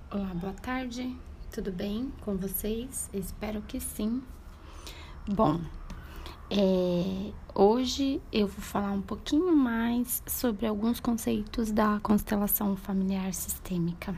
Olá, boa tarde, tudo bem com vocês? Espero que sim. Bom, hoje eu vou falar um pouquinho mais sobre alguns conceitos da constelação familiar sistêmica.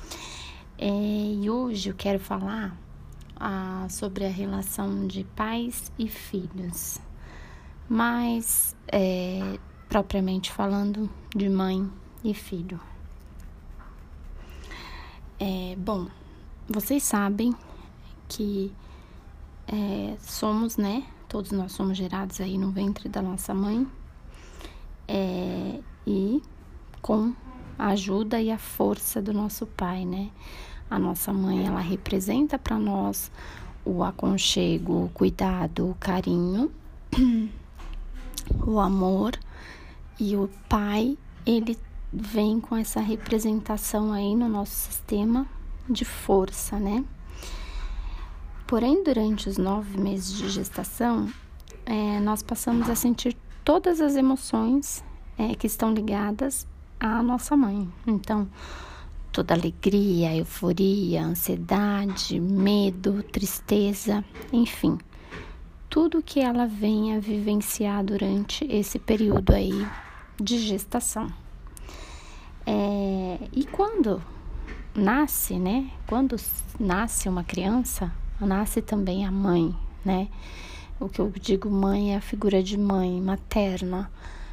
E hoje eu quero falar sobre a relação de pais e filhos, mas propriamente falando de mãe e filho. Bom, vocês sabem que somos, né? Todos nós somos gerados aí no ventre da nossa mãe e com a ajuda e a força do nosso pai, né? A nossa mãe, ela representa para nós o aconchego, o cuidado, o carinho, o amor, e o pai, ele vem com essa representação aí no nosso sistema de força, né? Porém, durante os 9 meses de gestação, nós passamos a sentir todas as emoções que estão ligadas à nossa mãe. Então, toda alegria, euforia, ansiedade, medo, tristeza, enfim, tudo que ela venha vivenciar durante esse período aí de gestação. E quando nasce, né? Quando nasce uma criança, nasce também a mãe, né? O que eu digo mãe é a figura de mãe materna,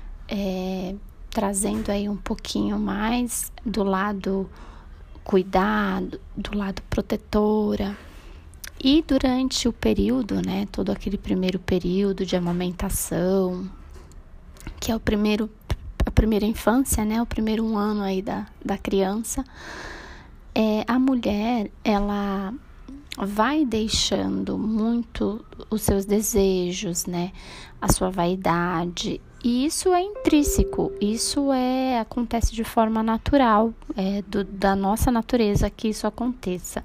trazendo aí um pouquinho mais do lado cuidado, do lado protetora. E durante o período, né? Todo aquele primeiro período de amamentação, que é a primeira infância, né? O primeiro ano aí da criança, a mulher, ela vai deixando muito os seus desejos, né? A sua vaidade. E isso é intrínseco, isso acontece de forma natural, da nossa natureza que isso aconteça.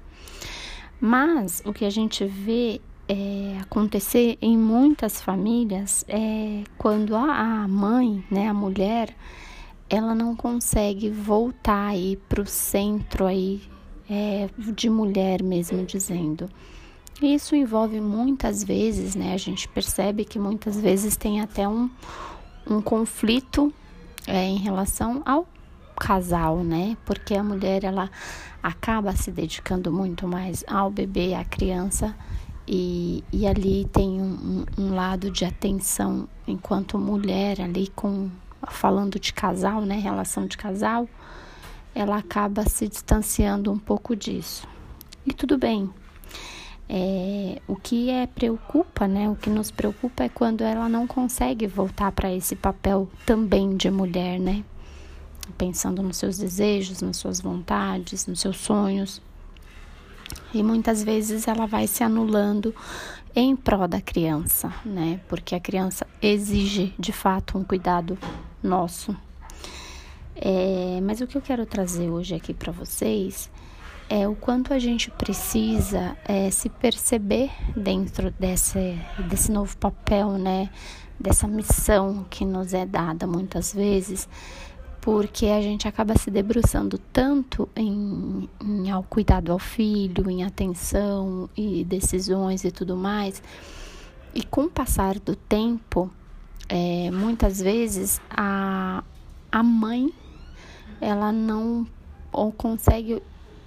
Mas o que a gente vê acontecer em muitas famílias é quando a mãe, né, a mulher, ela não consegue voltar aí para o centro aí, de mulher mesmo dizendo. Isso envolve muitas vezes, né, a gente percebe que muitas vezes tem até um conflito em relação ao casal, né, porque a mulher, ela acaba se dedicando muito mais ao bebê, à criança, e ali tem um lado de atenção enquanto mulher ali falando de casal, né, relação de casal, ela acaba se distanciando um pouco disso. E tudo bem. O que preocupa, né, o que nos preocupa é quando ela não consegue voltar para esse papel também de mulher, né, pensando nos seus desejos, nas suas vontades, nos seus sonhos. E muitas vezes ela vai se anulando em prol da criança, né? Porque a criança exige, de fato, um cuidado nosso. Mas o que eu quero trazer hoje aqui para vocês é o quanto a gente precisa se perceber dentro desse novo papel, né? Dessa missão que nos é dada muitas vezes, porque a gente acaba se debruçando tanto ao cuidado ao filho, em atenção e decisões e tudo mais. E com o passar do tempo, muitas vezes a mãe, ela não consegue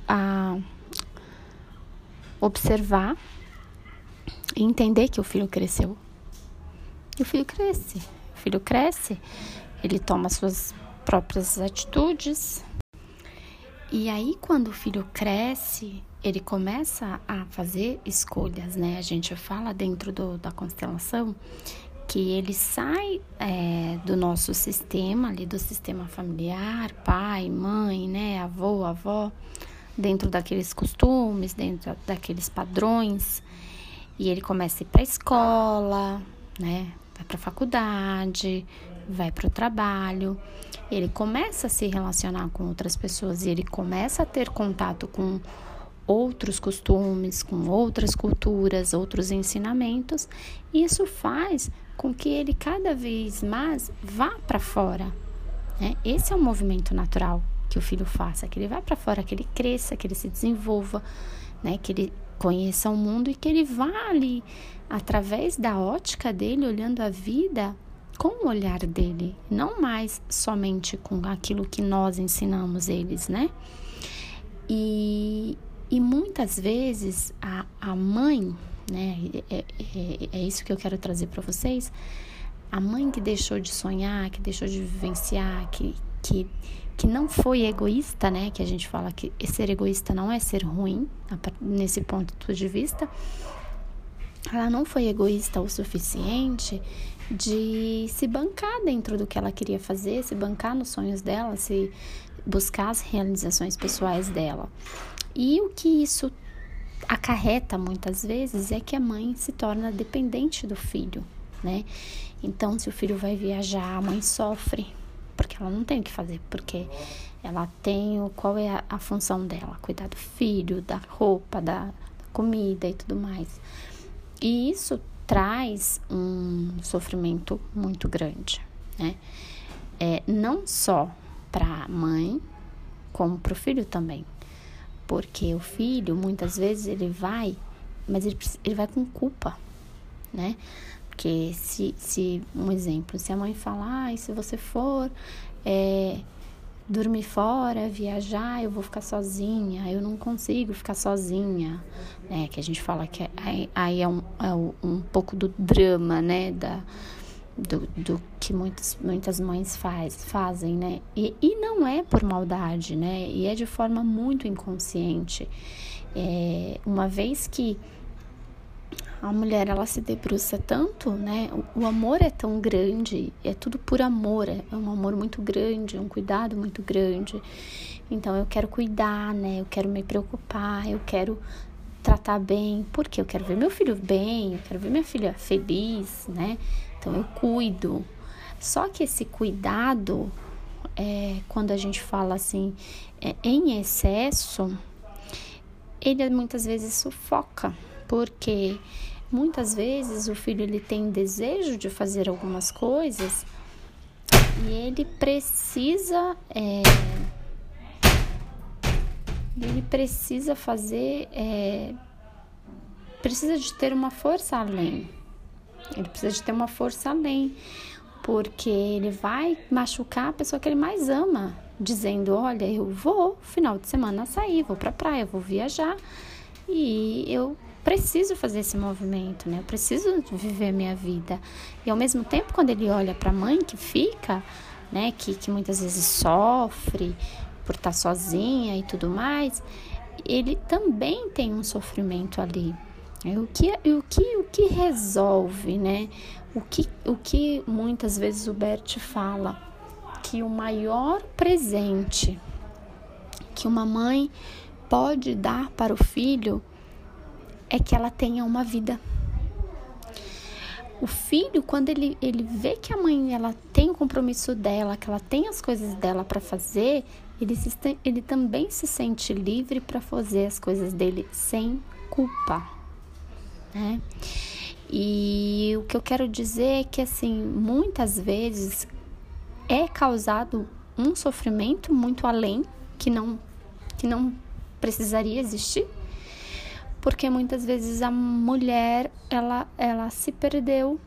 observar e entender que o filho cresceu. E o filho cresce, ele toma suas próprias atitudes, e aí quando o filho cresce, ele começa a fazer escolhas, né? A gente fala dentro da constelação que ele sai do nosso sistema, ali do sistema familiar, pai, mãe, né, avô, avó, dentro daqueles costumes, dentro daqueles padrões, e ele começa a ir para a escola, né, vai para a faculdade, vai para o trabalho, ele começa a se relacionar com outras pessoas e ele começa a ter contato com outros costumes, com outras culturas, outros ensinamentos, e isso faz com que ele cada vez mais vá para fora, né? Esse é um movimento natural, que o filho faça, que ele vá para fora, que ele cresça, que ele se desenvolva, né? Que ele conheça o mundo e que ele vá ali, através da ótica dele, olhando a vida com o olhar dele, não mais somente com aquilo que nós ensinamos eles, né? E muitas vezes a mãe, né? É isso que eu quero trazer para vocês. A mãe que deixou de sonhar, que deixou de vivenciar, que não foi egoísta, né? Que a gente fala que ser egoísta não é ser ruim, nesse ponto de vista. Ela não foi egoísta o suficiente de se bancar dentro do que ela queria fazer, se bancar nos sonhos dela, se buscar as realizações pessoais dela. E o que isso acarreta muitas vezes é que a mãe se torna dependente do filho, né? Então, se o filho vai viajar, a mãe sofre, porque ela não tem o que fazer, porque ela tem qual é a função dela? Cuidar do filho, da roupa, da comida e tudo mais. E isso traz um sofrimento muito grande, né? Não só para a mãe, como para o filho também. Porque o filho, muitas vezes, ele vai, mas ele vai com culpa, né? Porque um exemplo, se a mãe falar, se você for dormir fora, viajar, eu vou ficar sozinha, eu não consigo ficar sozinha, né? Que a gente fala que aí é um pouco do drama, né? Do que muitas mães fazem, né? E não é por maldade, né? E é de forma muito inconsciente. Uma vez que a mulher, ela se debruça tanto, né? O amor é tão grande, é tudo por amor, é um amor muito grande, é um cuidado muito grande. Então, eu quero cuidar, né? Eu quero me preocupar, eu quero tratar bem, porque eu quero ver meu filho bem, eu quero ver minha filha feliz, né? Então, eu cuido. Só que esse cuidado, quando a gente fala assim, em excesso, ele muitas vezes sufoca, porque muitas vezes o filho ele tem desejo de fazer algumas coisas e ele precisa fazer, precisa de ter uma força além. Ele precisa de ter uma força além, porque ele vai machucar a pessoa que ele mais ama, dizendo, olha, eu vou final de semana sair, vou pra praia, vou viajar e eu preciso fazer esse movimento, né? Eu preciso viver a minha vida. E ao mesmo tempo, quando ele olha para a mãe que fica, né? Que muitas vezes sofre por estar sozinha e tudo mais, ele também tem um sofrimento ali. O que resolve, né? O que muitas vezes o Bert fala, que o maior presente que uma mãe pode dar para o filho é que ela tenha uma vida. O filho, quando ele vê que a mãe ela tem o compromisso dela, que ela tem as coisas dela para fazer, ele também se sente livre para fazer as coisas dele sem culpa, né? E o que eu quero dizer é que, assim, muitas vezes é causado um sofrimento muito além, que não precisaria existir, porque muitas vezes a mulher, ela se perdeu,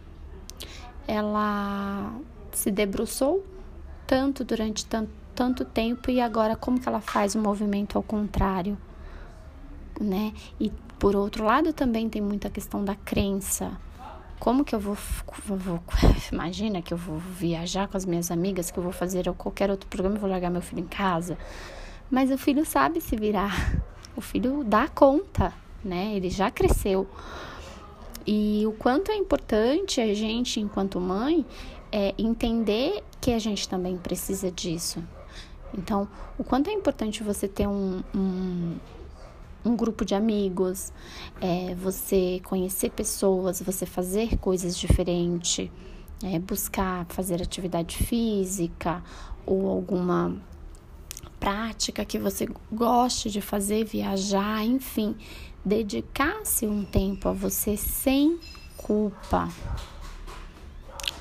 ela se debruçou tanto durante tanto tempo e agora como que ela faz o movimento ao contrário, né? E por outro lado também tem muita questão da crença. Como que eu vou imagina que eu vou viajar com as minhas amigas, que eu vou fazer qualquer outro programa e vou largar meu filho em casa. Mas o filho sabe se virar, o filho dá conta, né? Ele já cresceu. E o quanto é importante a gente, enquanto mãe, entender que a gente também precisa disso. Então, o quanto é importante você ter um grupo de amigos, você conhecer pessoas, você fazer coisas diferentes, buscar fazer atividade física ou alguma prática que você goste de fazer, viajar, enfim, dedicar-se um tempo a você sem culpa.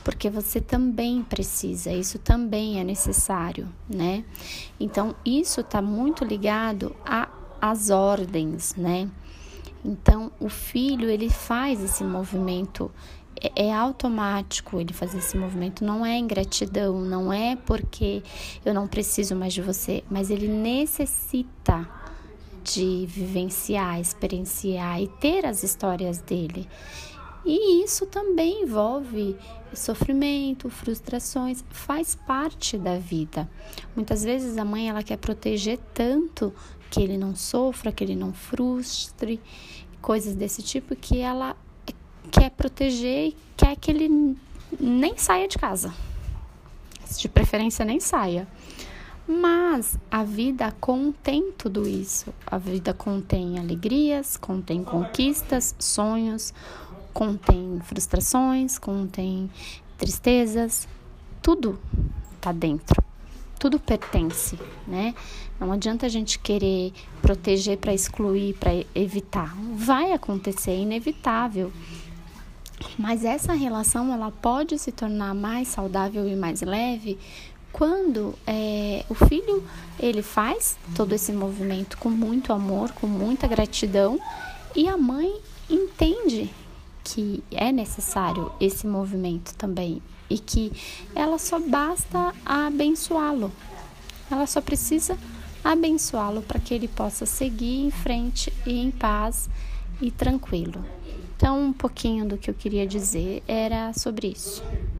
porque você também precisa, isso também é necessário, né? Então, isso está muito ligado às ordens, né? Então, o filho, ele faz esse movimento, é automático ele fazer esse movimento, não é ingratidão, não é porque eu não preciso mais de você, mas ele necessita de vivenciar, experienciar e ter as histórias dele. E isso também envolve sofrimento, frustrações, faz parte da vida. Muitas vezes a mãe ela quer proteger tanto que ele não sofra, que ele não frustre, coisas desse tipo que ela quer proteger e quer que ele nem saia de casa. De preferência nem saia. Mas a vida contém tudo isso. A vida contém alegrias, contém conquistas, sonhos, contém frustrações, contém tristezas. Tudo tá dentro. Tudo pertence, né? Não adianta a gente querer proteger para excluir, para evitar. Vai acontecer, é inevitável. Mas essa relação ela pode se tornar mais saudável e mais leve quando o filho ele faz todo esse movimento com muito amor, com muita gratidão, e a mãe entende que é necessário esse movimento também e que ela só basta abençoá-lo. Ela só precisa abençoá-lo para que ele possa seguir em frente e em paz e tranquilo. Então, um pouquinho do que eu queria dizer era sobre isso.